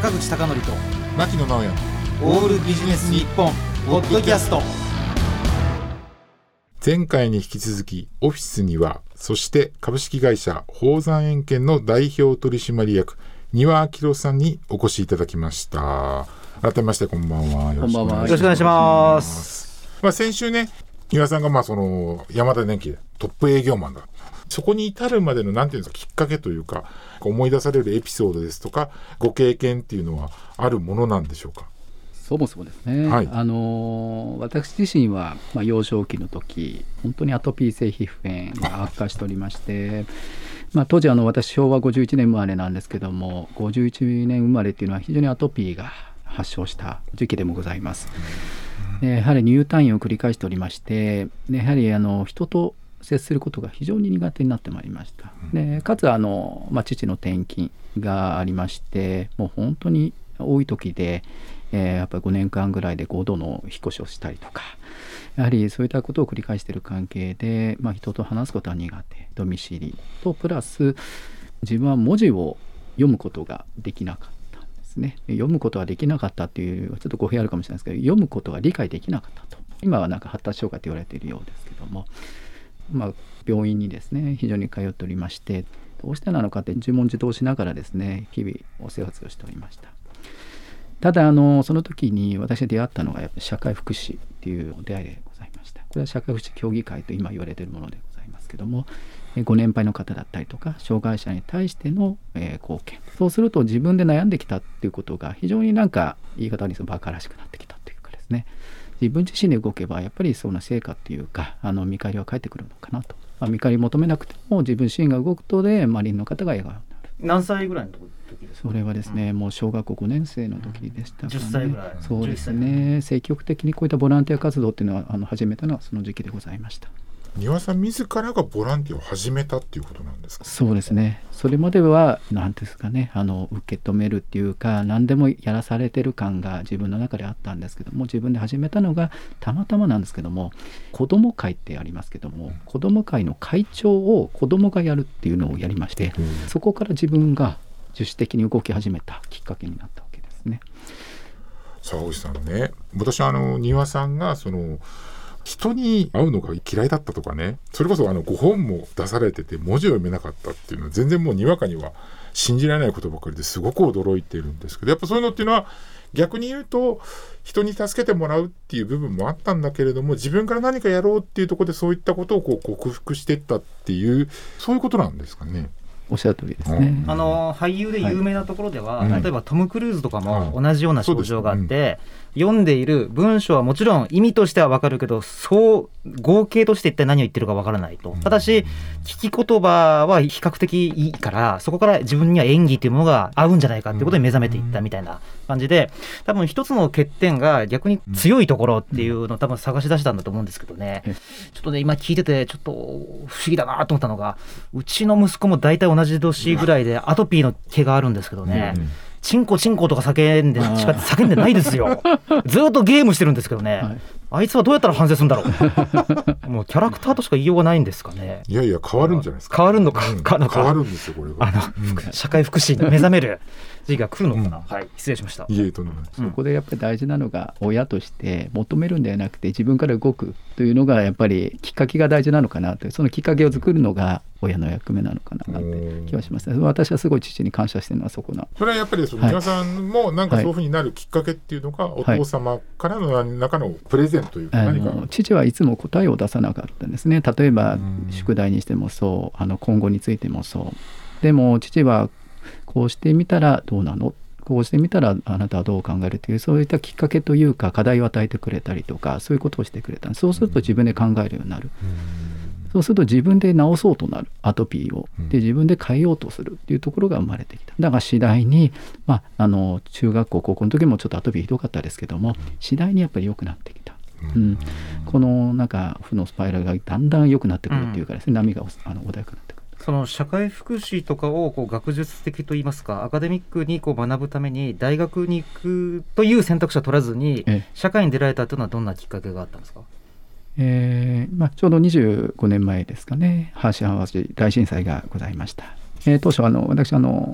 坂口孝則と牧野直哉オールビジネス日本ポッドキャスト。 前回に引き続きオフィスには、そして株式会社宝山円券の代表取締役丹羽明さんにお越しいただきました。改めましてこんばんは。よろしくお願いします。先週ね、丹羽さんがその山田電機でトップ営業マンだ、そこに至るまでのなんていうんですか、きっかけというか思い出されるエピソードですとかご経験っていうのはあるものなんでしょうか。 そもそもですね、 はい、 私自身は、幼少期の時本当にアトピー性皮膚炎が悪化しておりまして当時私昭和51年生まれなんですけども、51年生まれっていうのは非常にアトピーが発症した時期でもございます。やはり入退院を繰り返しておりまして、やはり人と接することが非常に苦手になってまいりました。でかつ父の転勤がありまして、もう本当に多い時でやっぱり5年間ぐらいで5度の引っ越しをしたりとか、やはりそういったことを繰り返している関係で、人と話すことは苦手、人見知りとプラス自分は文字を読むことができなかったんですね。読むことができなかったっていうちょっと語弊あるかもしれないですけど、読むことが理解できなかったと。今は発達障害と言われているようですけども、病院にですね非常に通っておりまして、どうしてなのかって自問自答しながらですね日々お生活をしておりました。ただその時に私が出会ったのがやっぱり社会福祉っていう出会いでございました。これは社会福祉協議会と今言われているものでございますけども、ご年配の方だったりとか障害者に対しての貢献、そうすると自分で悩んできたっていうことが非常に言い方にバカらしくなってきたというかですね、自分自身で動けばやっぱりその成果っていうか見返りは返ってくるのかなと。見返り求めなくても自分自身が動くとで周りの方が笑顔になる。 何歳ぐらいの時ですか。 それはですね、もう小学校5年生の時でしたかね。 10歳ぐらい。 そうですね、積極的にこういったボランティア活動っていうのは始めたのはその時期でございました。 丹羽さん自らがボランティアを始めたっていうことなんですか。 そうですね、それまでは何ですかね、受け止めるっていうか何でもやらされてる感が自分の中であったんですけども、自分で始めたのがたまたまなんですけども、子ども会ってありますけども、子ども会の会長を子どもがやるっていうのをやりまして、そこから自分が自主的に動き始めたきっかけになったわけですね。 さあ星さんね、私丹羽さんが人に会うのが嫌いだったとかね、それこそご本も出されてて文字を読めなかったっていうのは全然もうにわかには信じられないことばかりですごく驚いているんですけど、やっぱそういうのっていうのは逆に言うと人に助けてもらうっていう部分もあったんだけれども、自分から何かやろうっていうところでそういったことを克服していったっていう、そういうことなんですかね。 おっしゃる通りですね。 俳優で有名なところでは、例えばトム・クルーズとかも同じような症状があって、読んでいる文章はもちろん意味としては分かるけど、そう合計として一体何を言ってるか分からないと。ただし聞き言葉は比較的いいから、そこから自分には演技というものが合うんじゃないかということに目覚めていったみたいな感じで、多分一つの欠点が逆に強いところっていうのを多分探し出したんだと思うんですけどね。ちょっとね、今聞いててちょっと不思議だなと思ったのが、うちの息子も大体同じ年ぐらいでアトピーの毛があるんですけどね、チンコチンコとか叫んでないですよ。ずっとゲームしてるんですけどね、あいつはどうやったら反省するんだろう。もうキャラクターとしか言いようがないんですかね。 いやいや変わるんじゃないですか。 変わるのか、 変わるんですよこれは。 社会福祉に目覚める時期が来るのかな。はい、失礼しました。 いえとんでもない。 そこでやっぱり大事なのが、親として求めるんではなくて自分から動くというのがやっぱりきっかけが大事なのかなという、そのきっかけを作るのが親の役目なのかなって気はしますね。私はすごい父に感謝してるのはそこな。 それはやっぱり丹羽さんもそういうふうになるきっかけっていうのが、お父様からの何らかのプレゼントというか、何か父はいつも答えを出さなかったんですね。例えば宿題にしてもそう、今後についてもそう。でも父はこうしてみたらどうなの、こうしてみたらあなたはどう考えるという、そういったきっかけというか課題を与えてくれたりとか、そういうことをしてくれた。そうすると自分で考えるようになる。そうすると自分で治そうとなる、アトピーをで自分で変えようとするっていうところが生まれてきた。だから次第に、中学校高校の時もちょっとアトピーひどかったですけども、次第にやっぱり良くなってきた。この負のスパイラルがだんだん良くなってくるっていうかですね、波が穏やかになってくる。 その社会福祉とかを学術的といいますか、アカデミックに学ぶために大学に行くという選択肢は取らずに社会に出られたというのはどんなきっかけがあったんですか。 ちょうど25年前ですかね、阪神・淡路大震災がございました。当初私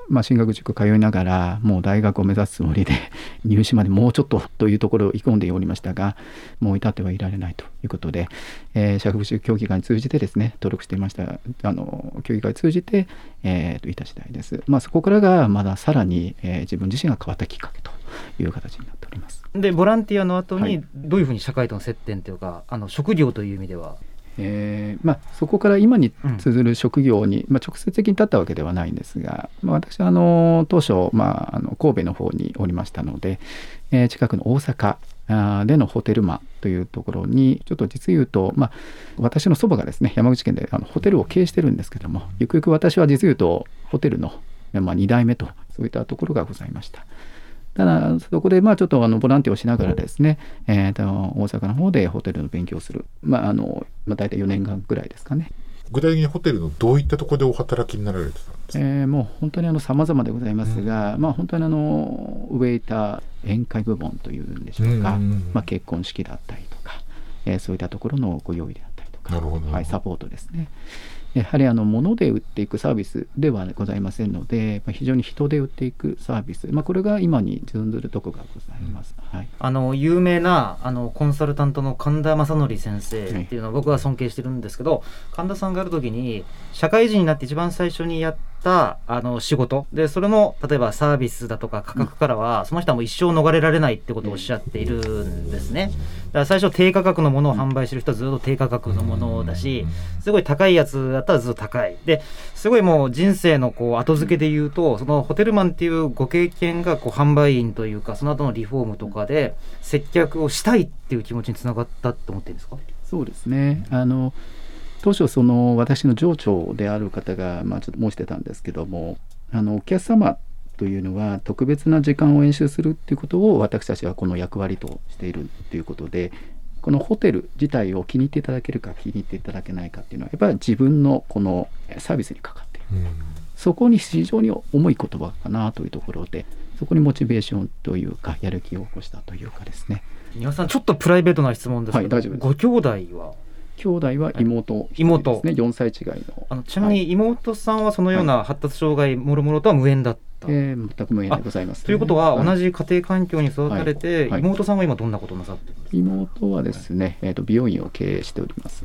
進学塾通いながらもう大学を目指すつもりで入試までもうちょっとというところを挑んでおりましたが、もう至ってはいられないということで、社会福祉協議会に通じてですね、登録していました協議会を通じて、いた次第です。そこからがまださらに、自分自身が変わったきっかけという形になっております。 でボランティアの後にどういうふうに社会との接点というか、職業という意味では、 そこから今に通ずる職業に、直接的に立ったわけではないんですが、私は当初、神戸の方におりましたので、近くの大阪でのホテルマンというところにちょっと実言うと、私の祖母がですね山口県でホテルを経営してるんですけども、ゆくゆく私は実言うとホテルの、2代目とそういったところがございました。ただそこでちょっとボランティアをしながらですね、大阪の方でホテルの勉強をする、大体4年間ぐらいですかね。 具体的にホテルのどういったところでお働きになられてたんですか？ もう本当に様々でございますが、本当にウェイター、宴会部門というんでしょうか、結婚式だったりとか、そういったところのご用意であったりとか、サポートですね。やはり物で売っていくサービスではございませんので、非常に人で売っていくサービス、これが今に準ずるところがございます。 有名なコンサルタントの神田正則先生っていうのを僕は尊敬してるんですけど、神田さんがある時に社会人になって一番最初にやった仕事で、それの例えばサービスだとか価格からは、その人はもう一生逃れられないってことをおっしゃっているんですね。だから最初低価格のものを販売してる人はずっと低価格のものだし、すごい高いやつだったらずっと高いですごいもう人生の後付けで言うと、そのホテルマンっていうご経験が販売員というか、その後のリフォームとかで接客をしたいっていう気持ちにつながったって思ってるんですか？ そうですね。当初私の上長である方がちょっと申してたんですけども、お客様というのは特別な時間を演習するっていうことを私たちはこの役割としているということで、このホテル自体を気に入っていただけるか気に入っていただけないかっていうのはやっぱり自分のこのサービスにかかっている、そこに非常に重い言葉かなというところで、そこにモチベーションというかやる気を起こしたというかですね。 皆さんちょっとプライベートな質問ですけど、 大丈夫です。 ご兄弟は？ 兄弟は妹ですね、4歳違いの。 ちなみに妹さんはそのような発達障害もろもろとは無縁だった？ 全く無縁でございます、 ということは、同じ家庭環境に育たれて、妹さんは今どんなことをなさっているんですか？ 妹はですね、美容院を経営しております。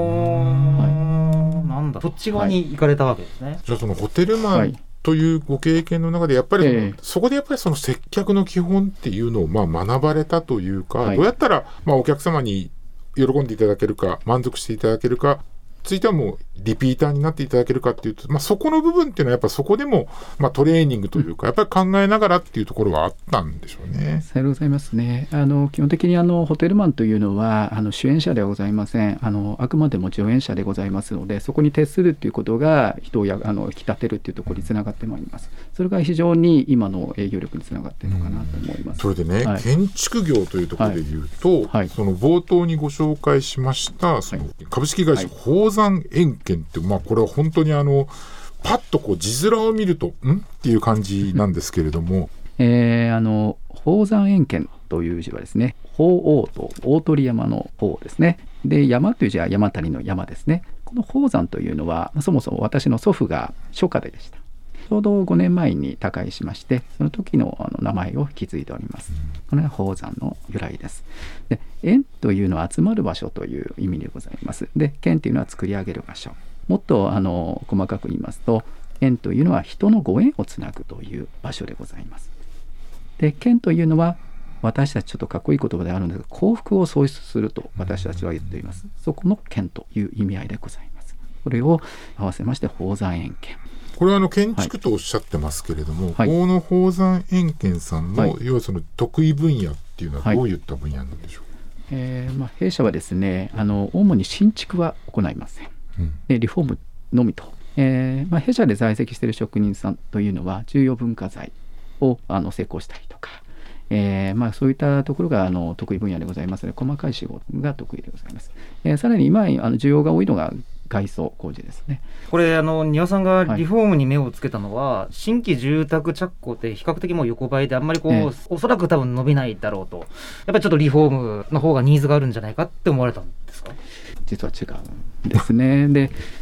なんだ、そっち側に行かれたわけですね。 じゃあそのホテルマンというご経験の中でやっぱりそこでやっぱりその接客の基本っていうのを学ばれたというか、どうやったらお客様に喜んでいただけるか、満足していただけるか、ついてはもうリピーターになっていただけるかっていうと、そこの部分っていうのはやっぱそこでも、トレーニングというかやっぱり考えながらっていうところはあったんでしょうね。 さようございますね。基本的にホテルマンというのは主演者ではございません。あくまでも助演者でございますので、そこに徹するっていうことが人を引き立てるっていうところにつながってまいります。それが非常に今の営業力につながっているのかなと思います。 それでね、建築業というところで言うと、その冒頭にご紹介しましたその株式会社宝山円建って、これは本当にパッと字面を見るとっていう感じなんですけれども、 宝山円建という字はですね、鳳凰と大鳥山の鳳ですね。で、山という字は山谷の山ですね。この宝山というのはそもそも私の祖父が書家でした。ちょうど5年前に他界しまして、その時の名前を引き継いでおります。これが宝山の由来です。で、円というのは集まる場所という意味でございます。で、建というのは作り上げる場所。もっと細かく言いますと、円というのは人のご縁をつなぐという場所でございます。で、建というのは私たちちょっとかっこいい言葉であるんですが、幸福を創出すると私たちは言っています。そこの建という意味合いでございます。これを合わせまして宝山円建。 これは建築とおっしゃってますけれども、大野宝山円建さんの、要はその得意分野っていうのはどういった分野なんでしょう？ 弊社はですね、主に新築は行いません。で、リフォームのみと。弊社で在籍している職人さんというのは重要文化財を施工したりとか、そういったところが得意分野でございますので、細かい仕事が得意でございます。さらに今需要が多いのが外装工事ですね。 これ庭さんがリフォームに目をつけたのは、新規住宅着工って比較的もう横ばいであんまりおそらく多分伸びないだろうと、やっぱりちょっとリフォームの方がニーズがあるんじゃないかって思われたんですか？ 実は違うんですね。で、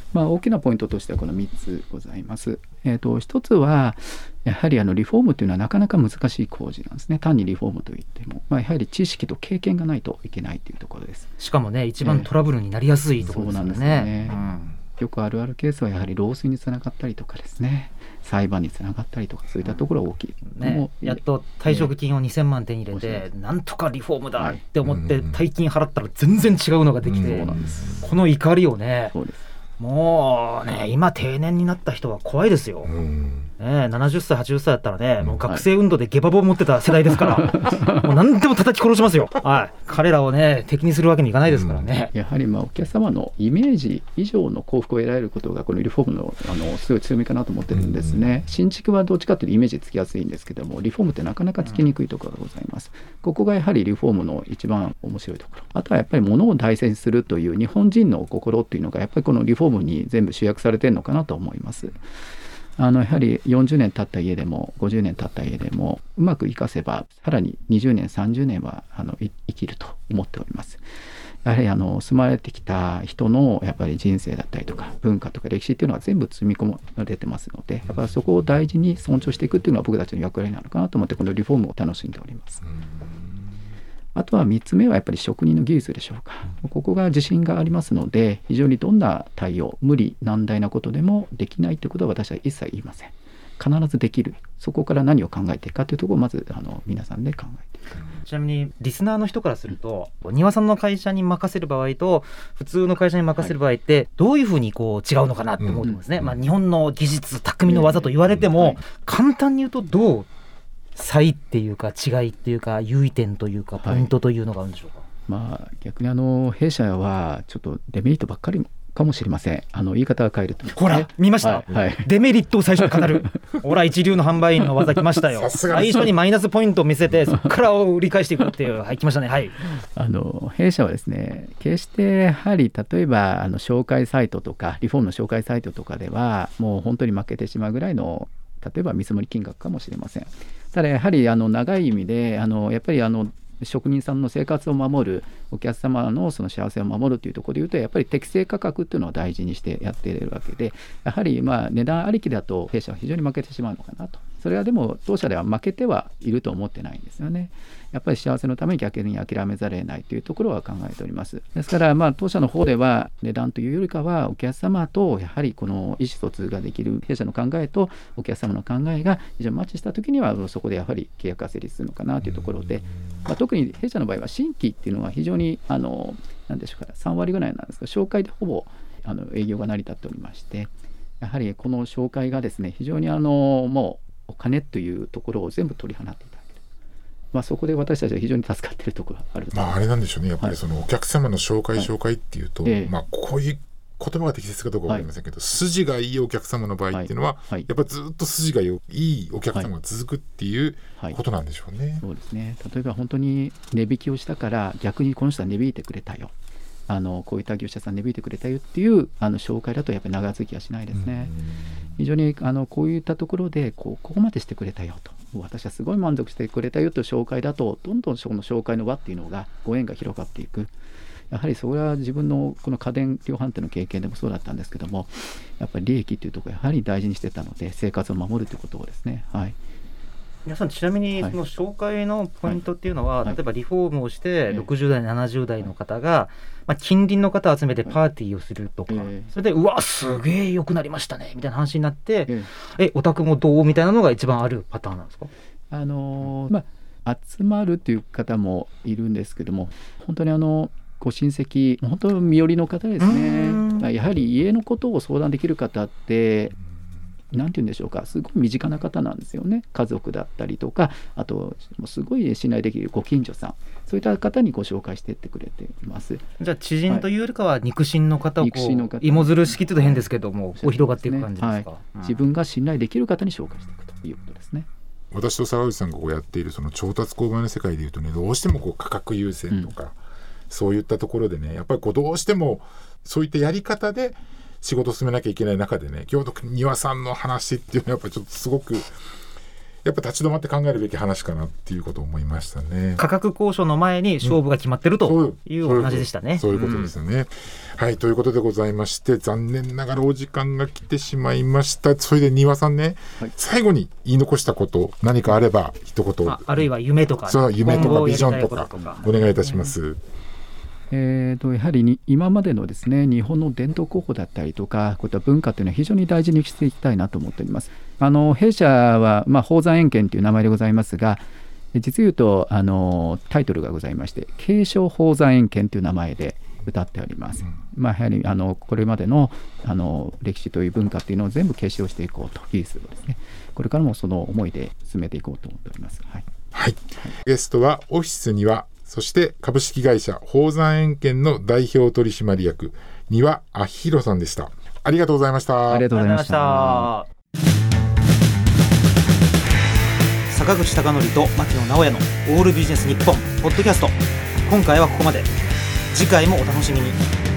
大きなポイントとしてはこの3つございます。一つはやはりリフォームというのはなかなか難しい工事なんですね。単にリフォームといっても、やはり知識と経験がないといけないというところです。 しかもね、一番トラブルになりやすいところですよね。 そうなんですね。よくあるケースはやはり漏水につながったりとかですね、裁判につながったりとか、そういったところが大きい、 やっと退職金を2000万手に入れて、なんとかリフォームだって思って大金払ったら全然違うのができて、この怒りをね、もうね、今定年になった人は怖いですよ、70歳80歳だったらね、もう学生運動でゲバ棒持ってた世代ですから、もう何でも叩き殺しますよ、彼らをね敵にするわけにいかないですからね。 やはりお客様のイメージ以上の幸福を得られることがこのリフォームのすごい強みかなと思ってるんですね。新築はどっちかというとイメージつきやすいんですけども、リフォームってなかなかつきにくいところがございます。ここがやはりリフォームの一番面白いところ。あとはやっぱり物を大切にするという日本人の心っていうのがやっぱりこのリフォームに全部集約されているのかなと思います。やはり40年経った家でも50年経った家でもうまく生かせばさらに20年30年は生きると思っております。やはり住まれてきた人のやっぱり人生だったりとか文化とか歴史っていうのは全部積み込まれてますので、やっぱりそこを大事に尊重していくっていうのは僕たちの役割なのかなと思ってこのリフォームを楽しんでおります。あとは3つ目はやっぱり職人の技術でしょうか。ここが自信がありますので、非常にどんな対応、無理難題なことでもできないということは私は一切言いません。必ずできる。そこから何を考えていくかというところをまず皆さんで考えていく。 ちなみにリスナーの人からすると、庭さんの会社に任せる場合と普通の会社に任せる場合ってどういうふうに違うのかなって思うと思うんですね。日本の技術匠の技と言われても、簡単に言うとどう差異っていうか違いっていうか優位点というかポイントというのがあるんでしょうか。 逆に弊社はちょっとデメリットばっかりかもしれません。言い方が変えると、 ほら見ました、デメリットを最初に語るほら一流の販売員の技来ましたよ最初にマイナスポイントを見せてそこから売り返していくっていう来ましたね。 弊社はですね、決してやはり例えば紹介サイトとかリフォームの紹介サイトとかではもう本当に負けてしまうぐらいの例えば見積もり金額かもしれません。ただやはり長い意味でやっぱり職人さんの生活を守る、お客様のその幸せを守るというところでいうと、やっぱり適正価格っていうのを大事にしてやっているわけで、やはり値段ありきだと弊社は非常に負けてしまうのかなと。それはでも当社では負けてはいると思ってないんですよね。やっぱり幸せのために逆に諦めざるを得ないというところは考えております。ですから当社の方では値段というよりかはお客様とやはりこの意思疎通ができる弊社の考えとお客様の考えが非常にマッチしたときにはそこでやはり契約が成立するのかなというところで、特に弊社の場合は新規っていうのは非常に何でしょうか、3割ぐらいなんですが、紹介でほぼ営業が成り立っておりまして、やはりこの紹介がですね、非常にもうお金というところを全部取り払っていただける、そこで私たちは非常に助かっているところがあると。 あれなんでしょうね、やっぱりそのお客様の紹介っていうと、こういう言葉が適切かどうか分かりませんけど、筋がいいお客様の場合っていうのは、やっぱりずっと筋がいいお客様が続くっていうことなんでしょうね。 そうですね。例えば本当に値引きをしたから逆にこの人は値引いてくれたよ、こういった業者さん値引いてくれたよっていう紹介だとやっぱり長続きはしないですね。非常にこういったところでここまでしてくれたよと、私はすごい満足してくれたよという紹介だと、どんどんその紹介の輪っていうのがご縁が広がっていく。やはりそれは自分のこの家電量販店の経験でもそうだったんですけども、やっぱり利益というところをやはり大事にしてたので、生活を守るということをですね。 皆さんちなみにその紹介のポイントっていうのは、例えばリフォームをして60代70代の方が近隣の方を集めてパーティーをするとか、それでうわすげえ良くなりましたねみたいな話になって、お宅もどうみたいなのが一番あるパターンなんですか？ 集まるという方もいるんですけども、本当にご親戚、本当に身寄りの方ですね。やはり家のことを相談できる方ってなんて言うんでしょうか、すごい身近な方なんですよね。家族だったりとか、あとすごい信頼できるご近所さん、そういった方にご紹介していってくれています。 じゃあ知人というよりかは肉親の方を芋づる式というと変ですけども、広がっていく感じですか？ 自分が信頼できる方に紹介していくということですね。 私と沢口さんがやっているその調達購買の世界でいうとね、どうしても価格優先とか、そういったところでね、やっぱりどうしてもそういったやり方で仕事を進めなきゃいけない中でね、今日の庭さんの話っていうのはやっぱりちょっとすごくやっぱ立ち止まって考えるべき話かなっていうことを思いましたね。 価格交渉の前に勝負が決まってるというお話でしたね。 そういうことですよね。はい、ということでございまして、残念ながらお時間が来てしまいました。それで丹羽さんね、最後に言い残したこと何かあれば一言、 あるいは夢とか、 そう夢とかビジョンとかお願いいたします。 やはり今までのですね、日本の伝統工法だったりとか、こういった文化というのは非常に大事にしていきたいなと思っております。弊社は、宝山円軒という名前でございますが、実言うとタイトルがございまして、継承宝山円軒という名前で歌っております。やはりこれまでの歴史という文化というのを全部継承していこうと、技術をですね、これからもその思いで進めていこうと思っております。はい、 はい、ゲストはオフィスには、そして株式会社宝山円軒の代表取締役丹羽明宏さんでした。ありがとうございました。 ありがとうございました。 坂口孝則と牧野直哉のオールビジネス日本ポッドキャスト、今回はここまで。次回もお楽しみに。